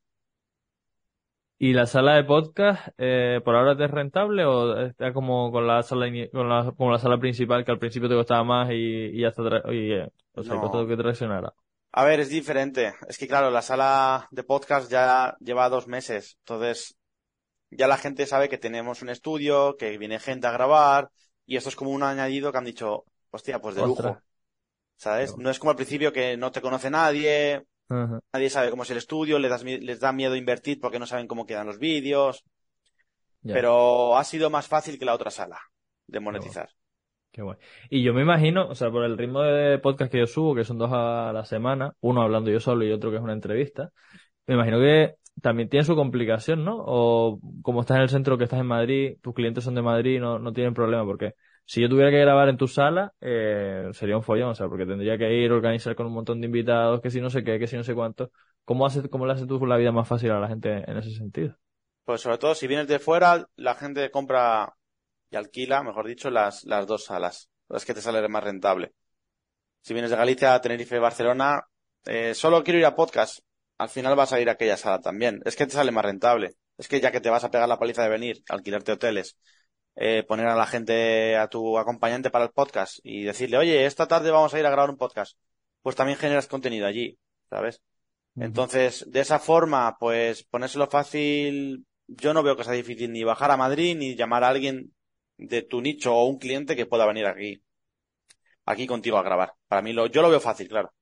¿Y la sala de podcast, por ahora te es rentable o está como con la sala, como la sala principal que al principio te costaba más y hasta, o sea, costó No. que traccionara? A ver, es diferente. Es que claro, la sala de podcast ya lleva 2 meses. Entonces, ya la gente sabe que tenemos un estudio, que viene gente a grabar, y esto es como un añadido que han dicho, hostia, pues de Ostras. lujo. ¿Sabes? No es como al principio que no te conoce nadie, Ajá. nadie sabe cómo es el estudio, les da miedo invertir porque no saben cómo quedan los vídeos, Ya. pero ha sido más fácil que la otra sala de Qué guay. monetizar. Qué guay. Y yo me imagino, o sea, por el ritmo de podcast que yo subo, que son 2 a la semana, uno hablando yo solo y otro que es una entrevista, me imagino que también tiene su complicación, ¿no? O como estás en el centro, que estás en Madrid, tus clientes son de Madrid, no tienen problema, porque si yo tuviera que grabar en tu sala, sería un follón, o sea, porque tendría que ir a organizar con un montón de invitados, que si no sé qué, que si no sé cuánto. Cómo le haces tú la vida más fácil a la gente en ese sentido? Pues sobre todo si vienes de fuera, la gente compra y alquila, mejor dicho, las dos salas. Es que te sale más rentable. Si vienes de Galicia, Tenerife, Barcelona, solo quiero ir a podcast. Al final vas a ir a aquella sala también. Es que te sale más rentable. Es que ya que te vas a pegar la paliza de venir, alquilarte hoteles, poner a la gente, a tu acompañante para el podcast y decirle, oye, esta tarde vamos a ir a grabar un podcast, pues también generas contenido allí, ¿sabes? Ujú. Entonces, de esa forma, pues ponérselo fácil, yo no veo que sea difícil ni bajar a Madrid ni llamar a alguien de tu nicho o un cliente que pueda venir aquí contigo a grabar. Para mí yo lo veo fácil, claro.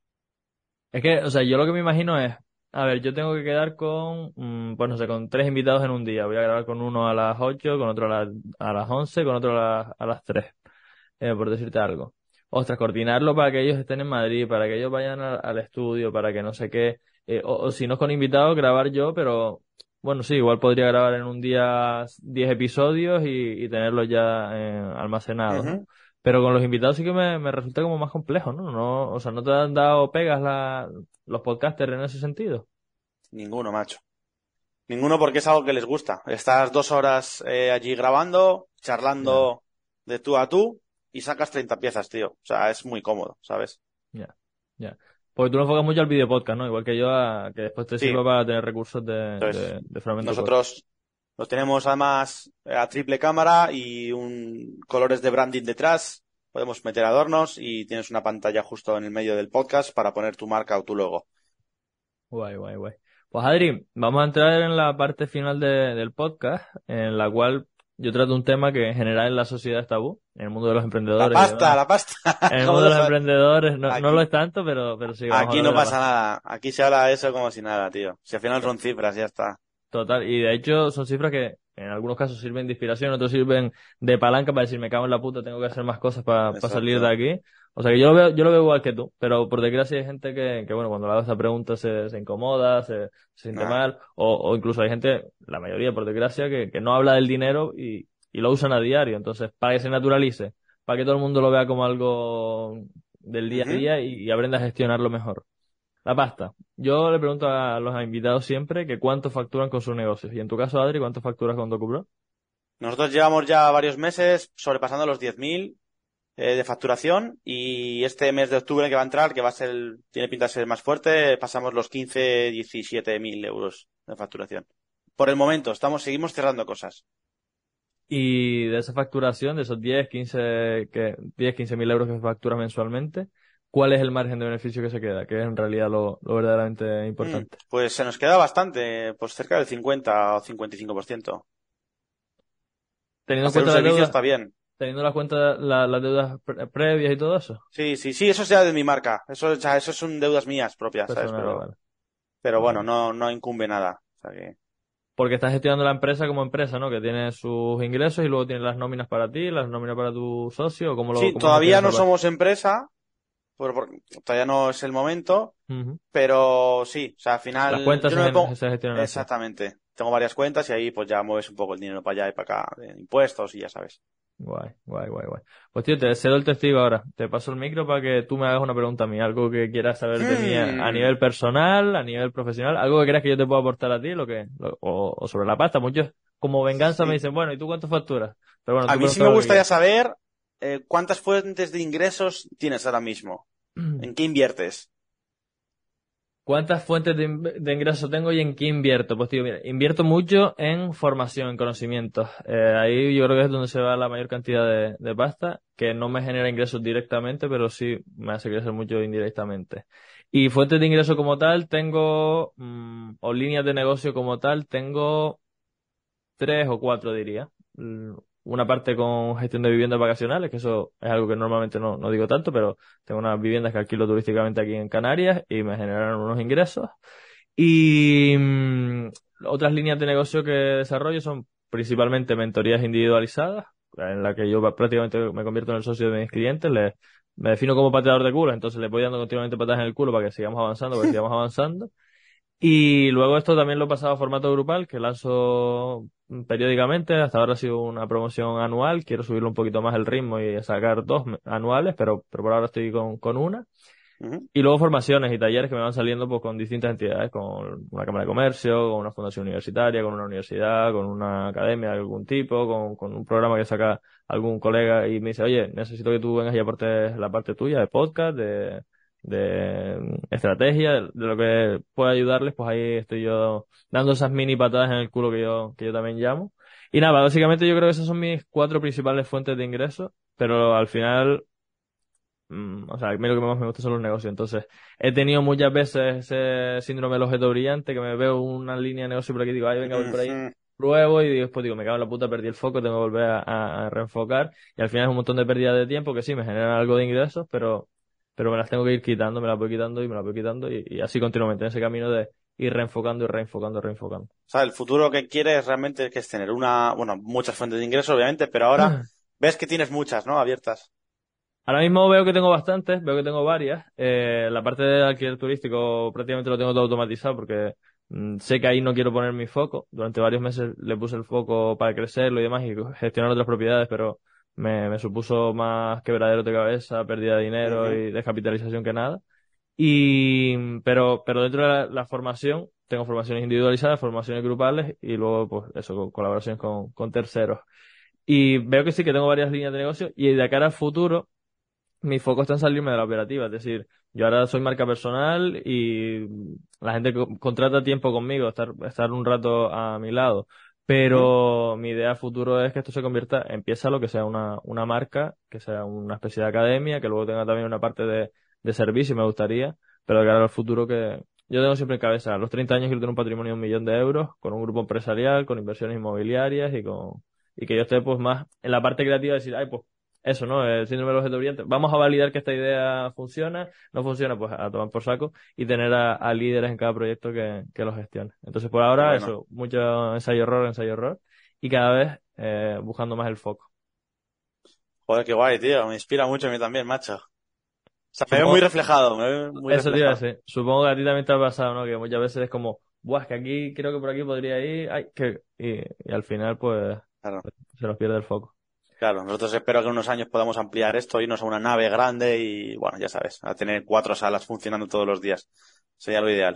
Es que, o sea, yo lo que me imagino es, a ver, yo tengo que quedar con, pues no sé, con 3 invitados en un día. Voy a grabar con uno a las 8, con otro a las 11, con otro a las 3, por decirte algo. Ostras, coordinarlo para que ellos estén en Madrid, para que ellos vayan al estudio, para que no sé qué. O si no es con invitados, grabar yo, pero bueno, sí, igual podría grabar en un día 10 episodios y tenerlos ya almacenados, ¿no? Ujú. Pero con los invitados sí que me resulta como más complejo, ¿no? O sea, ¿no te han dado pegas los podcasters en ese sentido? Ninguno, macho. Ninguno porque es algo que les gusta. Estás 2 horas allí grabando, Ya, charlando de tú a tú y sacas 30 piezas, tío. O sea, es muy cómodo, ¿sabes? ya, ya. Porque tú lo enfocas mucho al video podcast, ¿no? Igual que yo, a que después te Sí, sirva para tener recursos entonces de fragmento corto. nosotros los tenemos además a triple cámara y un colores de branding detrás. Podemos meter adornos y tienes una pantalla justo en el medio del podcast para poner tu marca o tu logo. Guay, guay, guay. Pues Adri, vamos a entrar en la parte final del podcast, en la cual yo trato un tema que en general en la sociedad es tabú, en el mundo de los La emprendedores y pasta, demás. la pasta. En el ¿Cómo mundo de lo los sabes? emprendedores no lo Aquí, es tanto, pero sí, vamos a aquí hablar no de la pasa pasta. nada. Aquí se habla de eso como si nada, tío. Si al final son cifras, ya está. Total, y de hecho son cifras que en algunos casos sirven de inspiración, en otros sirven de palanca para decir, me cago en la puta, tengo que hacer más cosas para salir de Exacto. aquí. O sea que yo lo veo igual que tú, pero por desgracia hay gente que bueno, cuando le hago esta pregunta se incomoda, se siente Nah. mal, o incluso hay gente, la mayoría por desgracia, que no habla del dinero y lo usan a diario. Entonces, para que se naturalice, para que todo el mundo lo vea como algo del día a Ujú. día y aprenda a gestionarlo mejor. La pasta. Yo le pregunto a los invitados siempre que cuánto facturan con sus negocios. Y en tu caso, Adri, ¿cuánto facturas con DocuPro? Nosotros llevamos ya varios meses sobrepasando los 10.000 de facturación y este mes de octubre que va a entrar, que va a ser, tiene pinta de ser más fuerte, pasamos los 15, 17.000 euros de facturación. Por el momento, seguimos cerrando cosas. Y de esa facturación, de esos 10, 15 mil euros que facturas mensualmente, ¿cuál es el margen de beneficio que se queda? Que es en realidad lo verdaderamente importante. Pues se nos queda bastante, pues cerca del 50 o 55%. Teniendo en Hacer un cuenta las servicio deudas, está bien. teniendo en cuenta las deudas previas y todo eso. Sí, sí, sí, eso sea de mi marca. Eso, ya, eso son deudas mías propias, ¿sabes? Personal, vale. Pero bueno, Vale. no incumbe nada. O sea que... Porque estás gestionando la empresa como empresa, ¿no? Que tiene sus ingresos y luego tiene las nóminas para ti, las nóminas para tu socio, Sí, cómo gestionas todavía no esa parte? somos empresa, porque todavía no es el momento, Ujú. pero sí, o sea, al Las final cuentas yo no me pongo... se gestionan así. Exactamente. Tengo varias cuentas y ahí pues ya mueves un poco el dinero para allá y para acá, de impuestos y ya sabes. Guay, guay, guay, guay. Pues tío, te cedo el testigo ahora. Te paso el micro para que tú me hagas una pregunta a mí, algo que quieras saber de mí a Hmm. nivel personal, a nivel profesional, algo que creas que yo te pueda aportar a ti, o sobre la pasta. Muchos como venganza me Sí. dicen, bueno, ¿y tú cuánto facturas? Pero bueno, A tú mí sí pregunta me lo que gustaría quieras. saber cuántas fuentes de ingresos tienes ahora mismo. ¿En qué inviertes? ¿Cuántas fuentes de ingreso tengo y en qué invierto? Pues tío, mira, invierto mucho en formación, en conocimientos. Ahí yo creo que es donde se va la mayor cantidad de pasta, que no me genera ingresos directamente, pero sí me hace crecer mucho indirectamente. Y fuentes de ingreso como tal, tengo, o líneas de negocio como tal, tengo tres o cuatro, diría. Una parte con gestión de viviendas vacacionales, que eso es algo que normalmente no digo tanto, pero tengo unas viviendas que alquilo turísticamente aquí en Canarias y me generan unos ingresos. Y otras líneas de negocio que desarrollo son principalmente mentorías individualizadas, en la que yo prácticamente me convierto en el socio de mis clientes, me defino como pateador de culo, entonces le voy dando continuamente patadas en el culo para que sigamos avanzando. Y luego esto también lo he pasado a formato grupal, que lanzo periódicamente. Hasta ahora ha sido una promoción anual. Quiero subirlo un poquito más el ritmo y sacar dos anuales, pero por ahora estoy con una. Ujú. Y luego formaciones y talleres que me van saliendo pues con distintas entidades, con una cámara de comercio, con una fundación universitaria, con una universidad, con una academia de algún tipo, con un programa que saca algún colega y me dice, oye, necesito que tú vengas y aportes la parte tuya de podcast, de estrategia, de lo que pueda ayudarles, pues ahí estoy yo dando esas mini patadas en el culo que yo también llamo. Y nada, básicamente yo creo que esas son mis cuatro principales fuentes de ingresos, pero al final o sea, a mí lo que más me gusta son los negocios. Entonces, he tenido muchas veces ese síndrome del objeto brillante, que me veo una línea de negocio por aquí y digo, ay, venga, voy por ahí, Ujú. pruebo y después digo, me cago en la puta, perdí el foco, tengo que volver a reenfocar. Y al final es un montón de pérdida de tiempo que sí, me generan algo de ingresos, pero me las tengo que ir quitando, me las voy quitando y me las voy quitando y así continuamente en ese camino de ir reenfocando y reenfocando, reenfocando. O sea, el futuro que quieres realmente es tener bueno, muchas fuentes de ingresos, obviamente, pero ahora ves que tienes muchas, ¿no? Abiertas. Ahora mismo veo que tengo bastantes, veo que tengo varias. La parte de alquiler turístico prácticamente lo tengo todo automatizado porque sé que ahí no quiero poner mi foco. Durante varios meses le puse el foco para crecerlo y demás y gestionar otras propiedades, pero me supuso más quebradero de cabeza, pérdida de dinero Ujú. y descapitalización que nada. Pero dentro de la formación, tengo formaciones individualizadas, formaciones grupales y luego, pues eso, colaboraciones con terceros. Y veo que sí que tengo varias líneas de negocio y de cara al futuro mi foco está en salirme de la operativa, es decir, yo ahora soy marca personal y la gente contrata tiempo conmigo, estar un rato a mi lado, Ujú. pero mi idea a futuro es que esto se convierta, empieza lo que sea una marca, que sea una especie de academia, que luego tenga también una parte de servicio, me gustaría, pero que ahora al futuro que yo tengo siempre en cabeza, a los 30 años quiero tener un patrimonio de 1 millón de euros, con un grupo empresarial, con inversiones inmobiliarias y que yo esté pues más en la parte creativa de decir, ay, pues eso, ¿no? El síndrome del objeto brillante. Vamos a validar que esta idea funciona. No funciona, pues a tomar por saco y tener a líderes en cada proyecto que lo gestione. Entonces, por Qué ahora, bueno. eso, mucho ensayo-error, ensayo-error y cada vez buscando más el foco. Joder, qué guay, tío. Me inspira mucho a mí también, macho. O sea, me veo muy Supongo, reflejado, me veo muy eso te iba a reflejado. decir. Supongo que a ti también te ha pasado, ¿no? Que muchas veces es como, buah, es que aquí, creo que por aquí podría ir, ay, y al final, pues, Claro, se nos pierde el foco. claro. Nosotros espero que en unos años podamos ampliar esto, irnos a una nave grande y, bueno, ya sabes, a tener 4 salas funcionando todos los días. Sería lo ideal.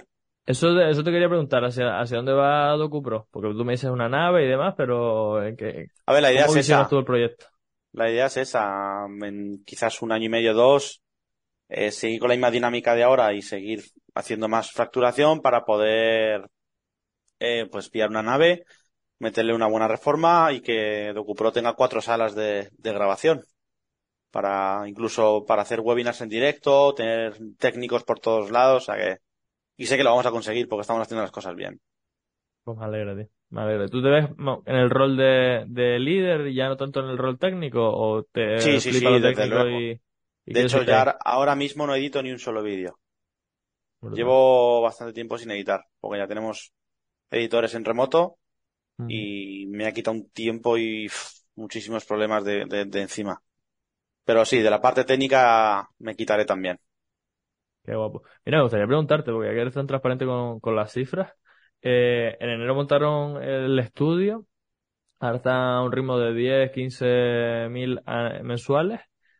Eso te quería preguntar, ¿hacia dónde va DocuPro? Porque tú me dices una nave y demás, pero A ver, la idea ¿cómo es visionas esa. tú el proyecto? La idea es esa. En quizás un año y medio, dos, seguir con la misma dinámica de ahora y seguir haciendo más facturación para poder, pues, pillar una nave, meterle una buena reforma y que DocuPro tenga 4 salas de grabación. Incluso para hacer webinars en directo, tener técnicos por todos lados, o sea que, y sé que lo vamos a conseguir porque estamos haciendo las cosas bien. Pues me alegra, tío. Me alegra. ¿Tú te ves en el rol de líder y ya no tanto en el rol técnico? ¿O Sí, te sí, flipa sí, lo desde técnico luego. y De quieres hecho, seguir ya ahí? ahora mismo no edito ni un solo vídeo. Brutal. Llevo bastante tiempo sin editar, porque ya tenemos editores en remoto Ujú. y me ha quitado un tiempo y muchísimos problemas de encima. Pero sí, de la parte técnica me quitaré también. Qué guapo. Mira, me gustaría preguntarte, porque aquí eres tan transparente con las cifras. En enero montaron el estudio. Ahora está a un ritmo de 10, 15 mil mensuales.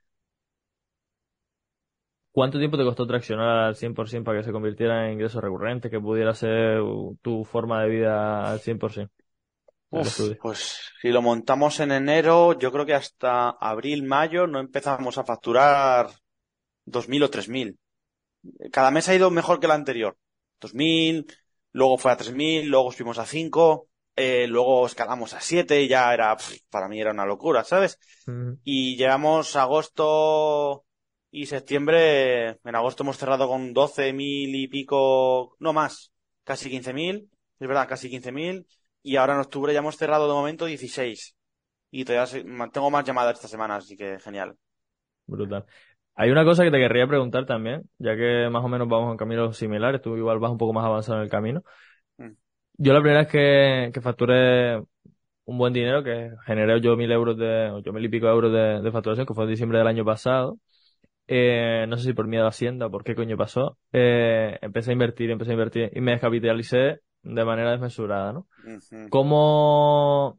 ¿Cuánto tiempo te costó traccionar al 100% para que se convirtiera en ingresos recurrentes, que pudiera ser tu forma de vida al 100% el estudio? Pues si lo montamos en enero, yo creo que hasta abril, mayo no empezamos a facturar 2.000 o 3.000. Cada mes ha ido mejor que el anterior. 2.000, luego fue a 3.000, luego subimos a 5, luego escalamos a 7 y ya era, para mí era una locura, ¿sabes? Ujú. Y llevamos agosto y septiembre. En agosto hemos cerrado con 12.000 y pico, no más, casi 15.000, es verdad, casi 15.000. Y ahora en octubre ya hemos cerrado de momento 16. Y todavía tengo más llamadas esta semana, así que genial. Brutal. Hay una cosa que te querría preguntar también, ya que más o menos vamos en caminos similares, tú igual vas un poco más avanzado en el camino. Mm. Yo la primera vez que facturé un buen dinero, que generé yo 1.000 euros o 1.000 y pico euros de facturación, que fue en diciembre del año pasado. No sé si por miedo a Hacienda o por qué coño pasó. Empecé a invertir y me descapitalicé de manera desmesurada, ¿no? Ujú. ¿Cómo,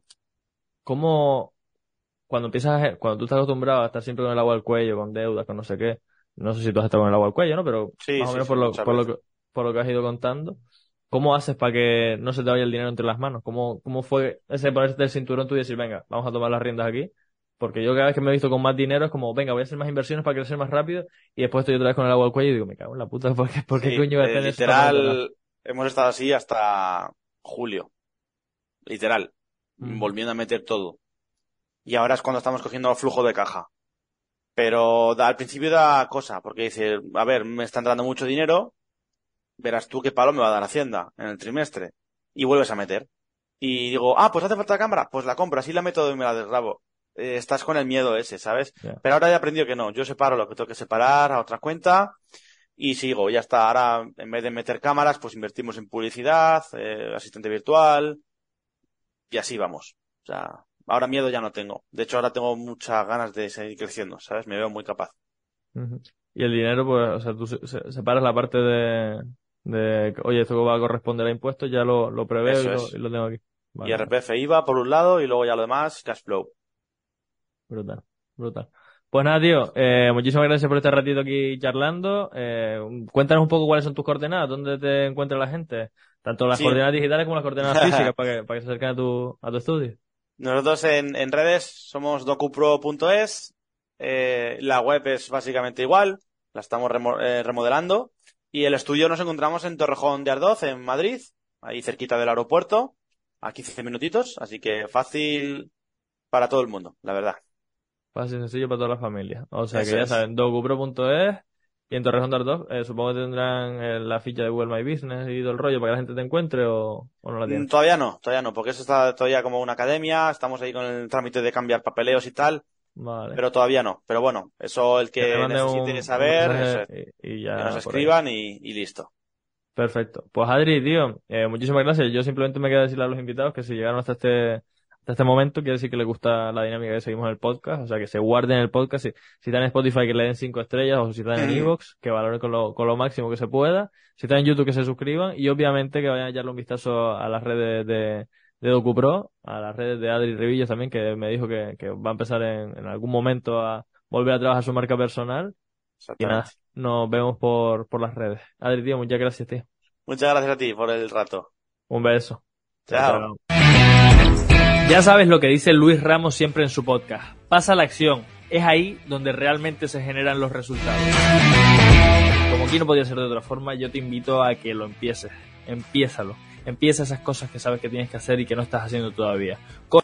cómo, cuando tú estás acostumbrado a estar siempre con el agua al cuello, con deudas, con no sé qué, no sé si tú has estado con el agua al cuello, ¿no? Pero Sí, más o sí, menos sí, muchas veces. por lo que has ido contando, ¿cómo haces para que no se te vaya el dinero entre las manos? ¿Cómo fue ese ponerte el cinturón tú y decir, venga, vamos a tomar las riendas aquí? Porque yo cada vez que me he visto con más dinero es como, venga, voy a hacer más inversiones para crecer más rápido y después estoy otra vez con el agua al cuello y digo, me cago en la puta, ¿por qué Sí, coño gasté en eso para no meter nada? literal, hemos estado así hasta julio, literal, Ujú. volviendo a meter todo. Y ahora es cuando estamos cogiendo flujo de caja. Pero al principio da cosa, porque dice, a ver, me está entrando mucho dinero, verás tú qué palo me va a dar Hacienda en el trimestre. Y vuelves a meter. Y digo, pues hace falta cámara, pues la compro, así la meto y me la desgrabo. Estás con el miedo ese, ¿sabes? Ya. Pero ahora he aprendido que no, yo separo lo que tengo que separar a otra cuenta y sigo, ya está. Ahora, en vez de meter cámaras, pues invertimos en publicidad, asistente virtual, y así vamos. O sea, ahora miedo ya no tengo. De hecho, ahora tengo muchas ganas de seguir creciendo, ¿sabes? Me veo muy capaz. Ujú. Y el dinero, pues, o sea, tú separas la parte oye, esto va a corresponder a impuestos, ya lo preveo Eso y es. lo tengo aquí. Vale, vale. IRPF IVA por un lado y luego ya lo demás, cash flow. Brutal, brutal. Pues nada, tío, muchísimas gracias por este ratito aquí charlando. Cuéntanos un poco cuáles son tus coordenadas, dónde te encuentra la gente, tanto las Sí, coordenadas digitales como las coordenadas físicas para que se acerquen a tu estudio. nosotros en redes somos docupro.es. La web es básicamente igual, la estamos remodelando. Y el estudio nos encontramos en Torrejón de Ardoz, en Madrid, ahí cerquita del aeropuerto, a 15 minutitos, así que fácil para todo el mundo, la verdad. Fácil y sencillo para toda la familia. O sea que Eso ya es. saben, docupro.es y en Torrejón de Ardoz, supongo que tendrán la ficha de Google My Business y todo el rollo para que la gente te encuentre o no la tienen. Todavía no, porque eso está todavía como una academia, estamos ahí con el trámite de cambiar papeleos y tal, Vale. pero todavía no. Pero bueno, eso el Que te que mande necesite un saber, eso es, mensaje y que nos ya por ahí. escriban y listo. Perfecto. Pues Adri, tío, muchísimas gracias. Yo simplemente me queda decirle a los invitados que si llegaron hasta este momento, quiere decir que les gusta la dinámica que seguimos en el podcast. O sea, que se guarden el podcast. Si están en Spotify, que le den 5 estrellas. O si están en Evox, que valoren con lo máximo que se pueda. Si están en YouTube, que se suscriban. Y obviamente que vayan a echarle un vistazo a las redes de DocuPro, a las redes de Adri Rivillos también, que me dijo que va a empezar en algún momento a volver a trabajar su marca personal. Y nada, Exactamente. nos vemos por las redes. Adri, tío, muchas gracias, tío. Muchas gracias a ti por el rato. Un beso. Chao. Ya sabes lo que dice Luis Ramos siempre en su podcast. Pasa la acción. Es ahí donde realmente se generan los resultados. Como aquí no podía ser de otra forma, yo te invito a que lo empieces. Empiézalo. Empieza esas cosas que sabes que tienes que hacer y que no estás haciendo todavía.